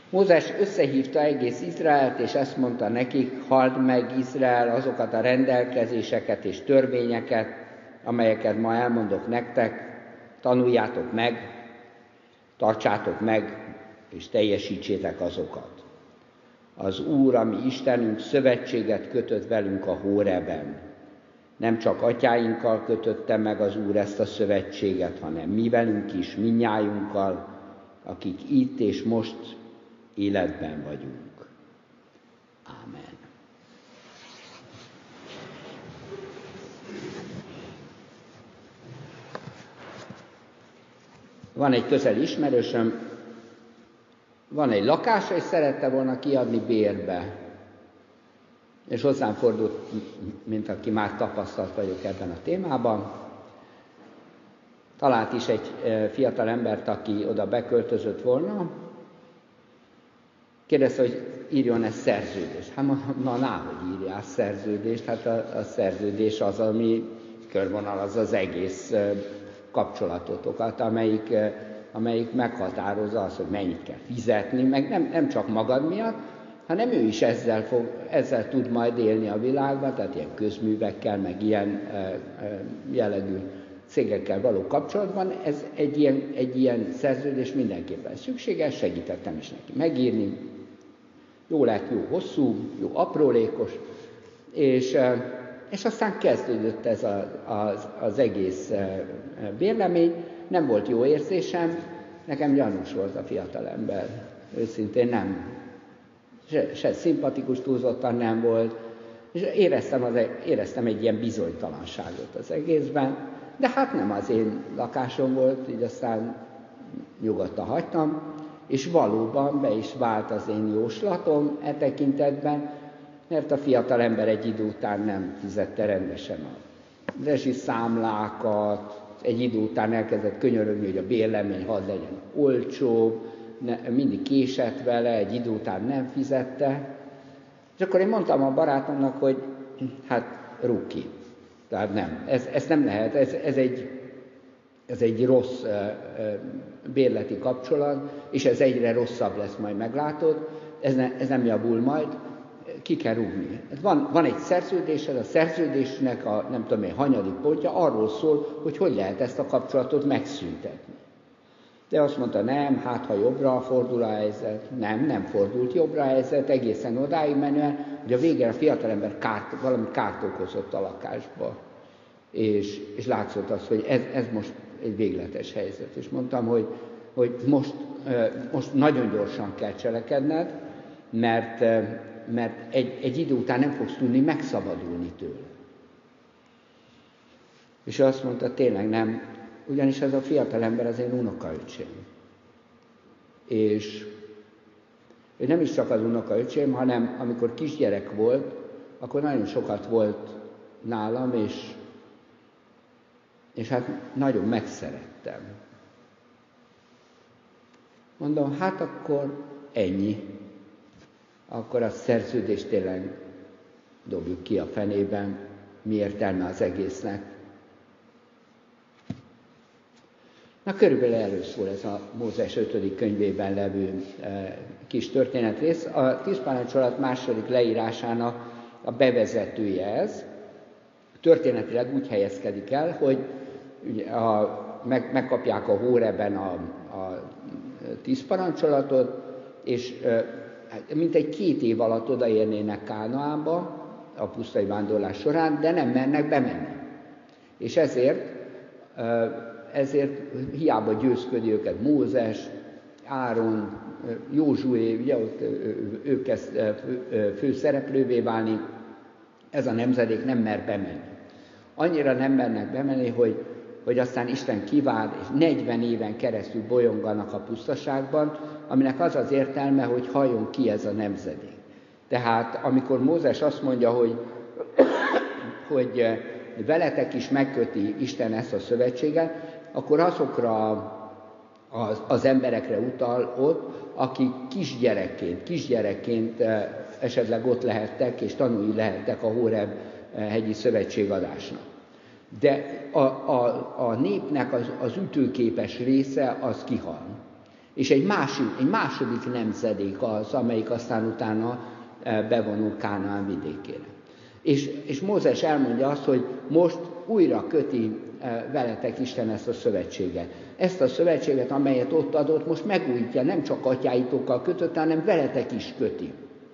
Mózes összehívta egész Izraelt, és ezt mondta nekik: halld meg, Izrael, azokat a rendelkezéseket és törvényeket, amelyeket ma elmondok nektek, tanuljátok meg, tartsátok meg, és teljesítsétek azokat. Az Úr, a mi Istenünk szövetséget kötött velünk a Hóreben. Nem csak atyáinkkal kötötte meg az Úr ezt a szövetséget, hanem mi velünk is, mindnyájunkkal, akik itt és most életben vagyunk. Ámen. Van egy közeli ismerősöm, van egy lakása, és szerette volna kiadni bérbe. És hozzám fordult, mint aki már tapasztalt vagyok ebben a témában. Talált is egy fiatal embert, aki oda beköltözött volna. Kérdezte, hogy írjon-e szerződést. Hát hogy írjál szerződést? Hát a szerződés az, ami körvonalazza az egész kapcsolatotokat, amelyik meghatározza azt, hogy mennyit kell fizetni, meg nem csak magad miatt, hanem ő is ezzel tud majd élni a világban, tehát ilyen közművekkel, meg ilyen jellegű cégekkel való kapcsolatban. Ez egy ilyen szerződés mindenképpen szükséges, segítettem is neki megírni. Jó lett, jó hosszú, jó aprólékos, és aztán kezdődött ez az egész bérlemény. Nem volt jó érzésem, nekem gyanús volt a fiatalember. Őszintén nem. Se szimpatikus túlzottan nem volt, és éreztem egy ilyen bizonytalanságot az egészben, de hát nem az én lakásom volt, így aztán nyugodtan hagytam, és valóban be is vált az én jóslatom e tekintetben, mert a fiatalember egy idő után nem fizette rendesen a rezsiszámlákat, egy idő után elkezdett könyörögni, hogy a bérlemény hadd legyen olcsóbb, mindig késett vele, egy idő után nem fizette. És akkor én mondtam a barátomnak, hogy hát rúg ki. Tehát nem, ez nem lehet, ez egy rossz bérleti kapcsolat, és ez egyre rosszabb lesz, majd meglátod, ez nem javul majd, ki kell rúgni. Van egy szerződésed, a szerződésnek a nem tudom én hanyadik pontja arról szól, hogy lehet ezt a kapcsolatot megszüntetni. De azt mondta, nem, hát ha jobbra fordul a helyzet. Nem fordult jobbra a helyzet, egészen odáig menően, hogy a végén a fiatalember valami kárt okozott a lakásba. És látszott az, hogy ez most egy végletes helyzet. És mondtam, hogy most nagyon gyorsan kell cselekedned, mert egy idő után nem fogsz tudni megszabadulni tőle. És ő azt mondta, tényleg nem, ugyanis ez a fiatalember az én unokaöcsém. És ő nem is csak az unokaöcsém, hanem amikor kisgyerek volt, akkor nagyon sokat volt nálam, és hát nagyon megszerettem. Mondom, hát akkor ennyi. Akkor a szerződést tényleg dobjuk ki a fenében, mi értelme az egésznek. Na, körülbelül erről szól ez a Mózes 5. könyvében levő kis történetrész. A 10 parancsolat második leírásának a bevezetője ez. Történetileg úgy helyezkedik el, hogy ugye megkapják a Hóreben a 10 parancsolatot, és mintegy 2 év alatt odaérnének Kánaánba a pusztai vándorlás során, de nem mernek bemenni. És ezért hiába győzködi őket Mózes, Áron, Józsué, ugye ott ők kezd főszereplővé válni, ez a nemzedék nem mer bemenni. Annyira nem mernek bemenni, hogy aztán Isten kivár, és 40 éven keresztül bolyonganak a pusztaságban, aminek az az értelme, hogy halljon ki ez a nemzedék. Tehát amikor Mózes azt mondja, hogy veletek is megköti Isten ezt a szövetséget, akkor azokra az emberekre utal ott, akik kisgyerekként esetleg ott lehettek, és tanúi lehettek a Hóreb hegyi szövetségadásnak. De a népnek az ütőképes része az kihal. És egy második nemzedék az, amelyik aztán utána bevonul Kánaán vidékére. És Mózes elmondja azt, hogy most újra köti veletek Isten ezt a szövetséget. Ezt a szövetséget, amelyet ott adott, most megújítja, nem csak atyáitokkal kötötte, hanem veletek is köti.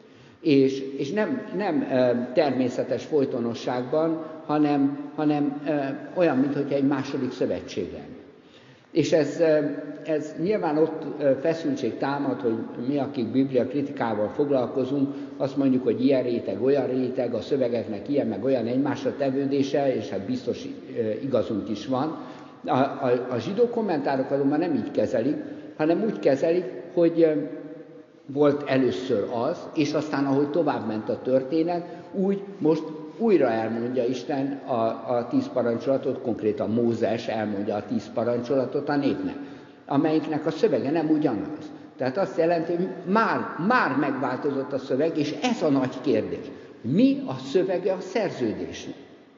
És nem természetes folytonosságban, hanem olyan, mintha egy második szövetség lenne. És ez nyilván ott feszültség támad, hogy mi, akik Biblia kritikával foglalkozunk, azt mondjuk, hogy ilyen réteg, olyan réteg, a szövegeknek ilyen meg olyan egymásra tevődése, és hát biztos igazunk is van. A zsidó kommentárok azonban nem így kezelik, hanem úgy kezelik, hogy volt először az, és aztán, ahogy továbbment a történet, úgy most újra elmondja Isten a 10 parancsolatot, konkrétan Mózes elmondja a 10 parancsolatot a népnek, amelyiknek a szövege nem ugyanaz. Tehát azt jelenti, hogy már megváltozott a szöveg, és ez a nagy kérdés. Mi a szövege a szerződésnek?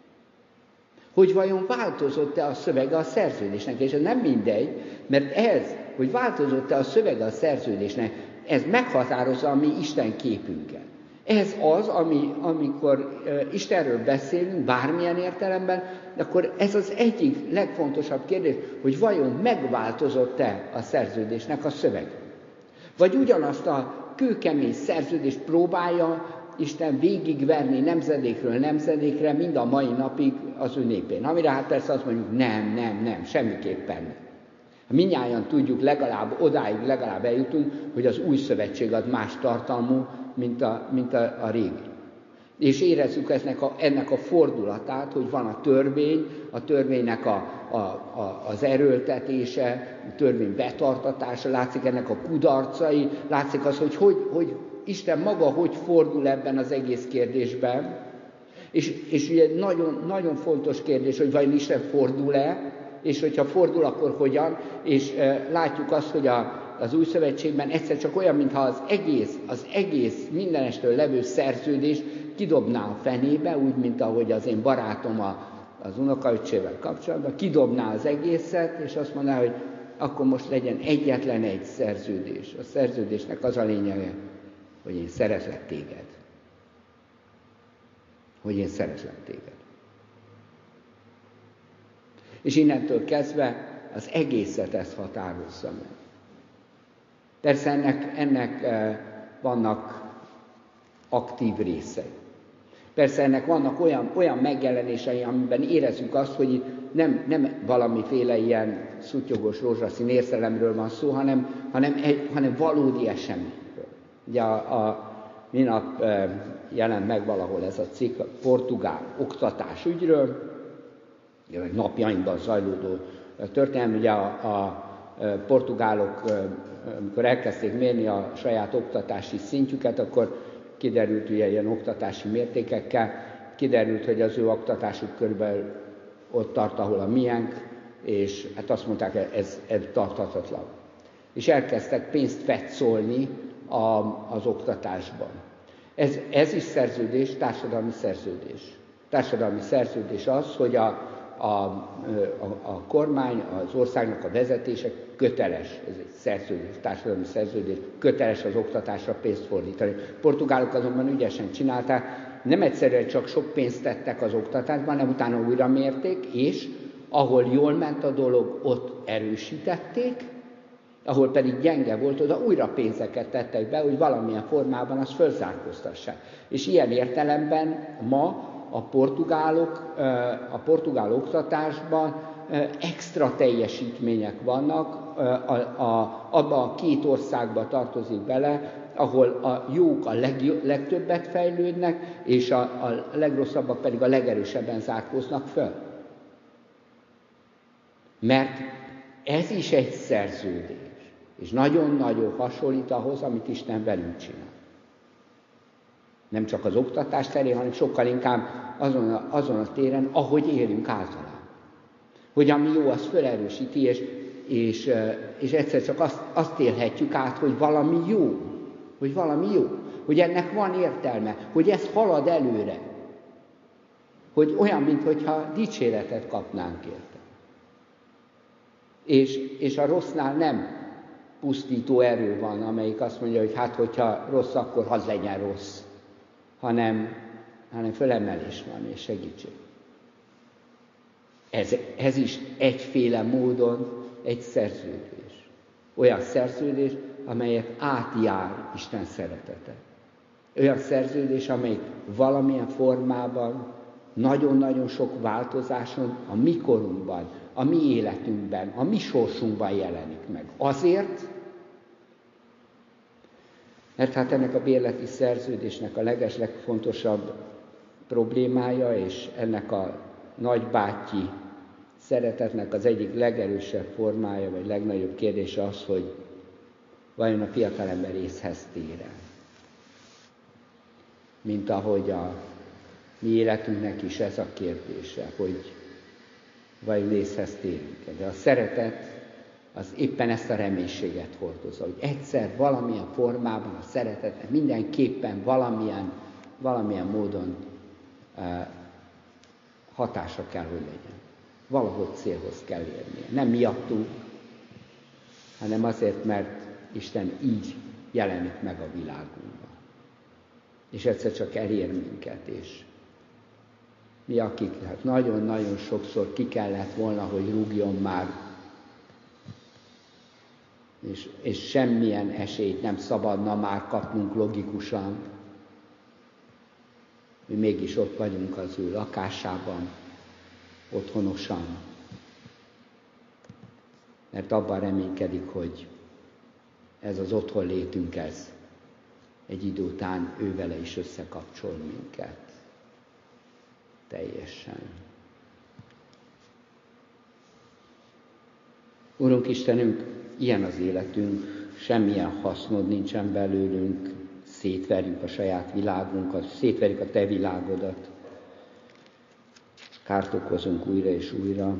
Hogy vajon változott-e a szövege a szerződésnek? És ez nem mindegy, mert ez, hogy változott-e a szövege a szerződésnek, ez meghatározza a mi Isten képünket. Ez az, amikor Istenről beszélünk, bármilyen értelemben, akkor ez az egyik legfontosabb kérdés, hogy vajon megváltozott-e a szerződésnek a szöveg. Vagy ugyanazt a kőkemény szerződést próbálja Isten végigverni nemzedékről nemzedékre, mind a mai napig az ő népén. Amire hát persze azt mondjuk, nem, semmiképpen nem. Mindnyájan tudjuk, odáig legalább eljutunk, hogy az új szövetség az más tartalmú, mint a régi. És érezzük ennek a fordulatát, hogy van a törvény, a törvénynek az erőltetése, a törvény betartatása, látszik ennek a kudarcai, látszik az, hogy Isten maga hogy fordul ebben az egész kérdésben. És ugye nagyon, nagyon fontos kérdés, hogy vajon Isten fordul-e, és hogyha fordul, akkor hogyan, és látjuk azt, hogy az új szövetségben egyszer csak olyan, mintha az egész mindenestől levő szerződést kidobná a fenébe, úgy, mint ahogy az én barátom az unokaöccsével kapcsolatban, kidobná az egészet, és azt mondaná, hogy akkor most legyen egyetlen egy szerződés. A szerződésnek az a lényege, hogy én szeretlek téged. Hogy én szeretlek téged. És innentől kezdve az egészet ez határozza meg. Persze ennek vannak aktív részei. Persze ennek vannak olyan megjelenései, amiben érezzük azt, hogy itt nem valamiféle ilyen szuttyogós rózsaszín érzelemről van szó, hanem valódi eseményről. Ugye minap jelent meg valahol ez a cikk a portugál oktatás ügyről, napjainkban zajlódó történelem. Ugye a portugálok, amikor elkezdték mérni a saját oktatási szintjüket, akkor kiderült ugye ilyen oktatási mértékekkel, kiderült, hogy az ő oktatásuk körülbelül ott tart, ahol a miénk, és hát azt mondták, ez tarthatatlan. És elkezdtek pénzt fetszolni az oktatásban. Ez is szerződés, társadalmi szerződés. Társadalmi szerződés az, hogy a kormány, az országnak a vezetése köteles, ez egy szerződés, társadalmi szerződés, köteles az oktatásra pénzt fordítani. Portugálok azonban ügyesen csinálták, nem egyszerűen csak sok pénzt tettek az oktatásban, hanem utána újra mérték, és ahol jól ment a dolog, ott erősítették, ahol pedig gyenge volt, oda újra pénzeket tettek be, hogy valamilyen formában azt fölzárkóztassák. És ilyen értelemben ma a portugál oktatásban extra teljesítmények vannak, abban a két országba tartozik bele, ahol a jók a legtöbbet fejlődnek, és a legrosszabbak pedig a legerősebben zárkóznak föl. Mert ez is egy szerződés, és nagyon-nagyon hasonlít ahhoz, amit Isten velünk csinál. Nem csak az oktatás terén, hanem sokkal inkább azon a téren, ahogy élünk általában. Hogy ami jó, az felerősíti, és egyszer csak azt élhetjük át, hogy valami jó. Hogy valami jó. Hogy ennek van értelme. Hogy ez halad előre. Hogy olyan, mintha dicséretet kapnánk érte. És a rossznál nem pusztító erő van, amelyik azt mondja, hogy hát, hogyha rossz, akkor hadd legyen rossz, hanem fölemelés van és segítség. Ez is egyféle módon egy szerződés. Olyan szerződés, amelyet átjár Isten szeretete. Olyan szerződés, amely valamilyen formában, nagyon-nagyon sok változáson a mi korunkban, a mi életünkben, a mi sorsunkban jelenik meg. Azért, mert hát ennek a bérleti szerződésnek a legeslegfontosabb problémája, és ennek a nagybátyi szeretetnek az egyik legerősebb formája, vagy legnagyobb kérdése az, hogy vajon a fiatalember észhez tér-e. Mint ahogy a mi életünknek is ez a kérdése, hogy vajon észhez térünk-e. De a szeretet az éppen ezt a reménységet hordozza, hogy egyszer valamilyen formában a szeretetnek mindenképpen valamilyen módon hatása kell, hogy legyen. Valahogy célhoz kell érnie. Nem miattunk, hanem azért, mert Isten így jelenik meg a világunkban. És egyszer csak elér minket, és mi, akik hát nagyon-nagyon sokszor ki kellett volna, hogy rúgjon már, és semmilyen esélyt nem szabadna már kapnunk logikusan, mi mégis ott vagyunk az ő lakásában, otthonosan, mert abban reménykedik, hogy ez az otthon létünk, ez egy idő után ővele is összekapcsol minket. Teljesen. Urunk Istenünk, ilyen az életünk, semmilyen hasznod nincsen belőlünk, szétverjük a saját világunkat, szétverjük a Te világodat, kárt okozunk újra és újra,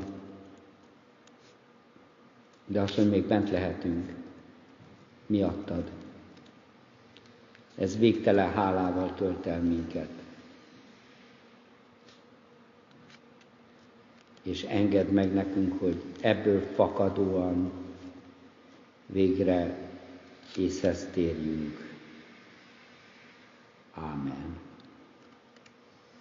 de azt, hogy még bent lehetünk, miattad. Ez végtelen hálával tölt el minket. És engedd meg nekünk, hogy ebből fakadóan végre észhez térjünk. Ámen.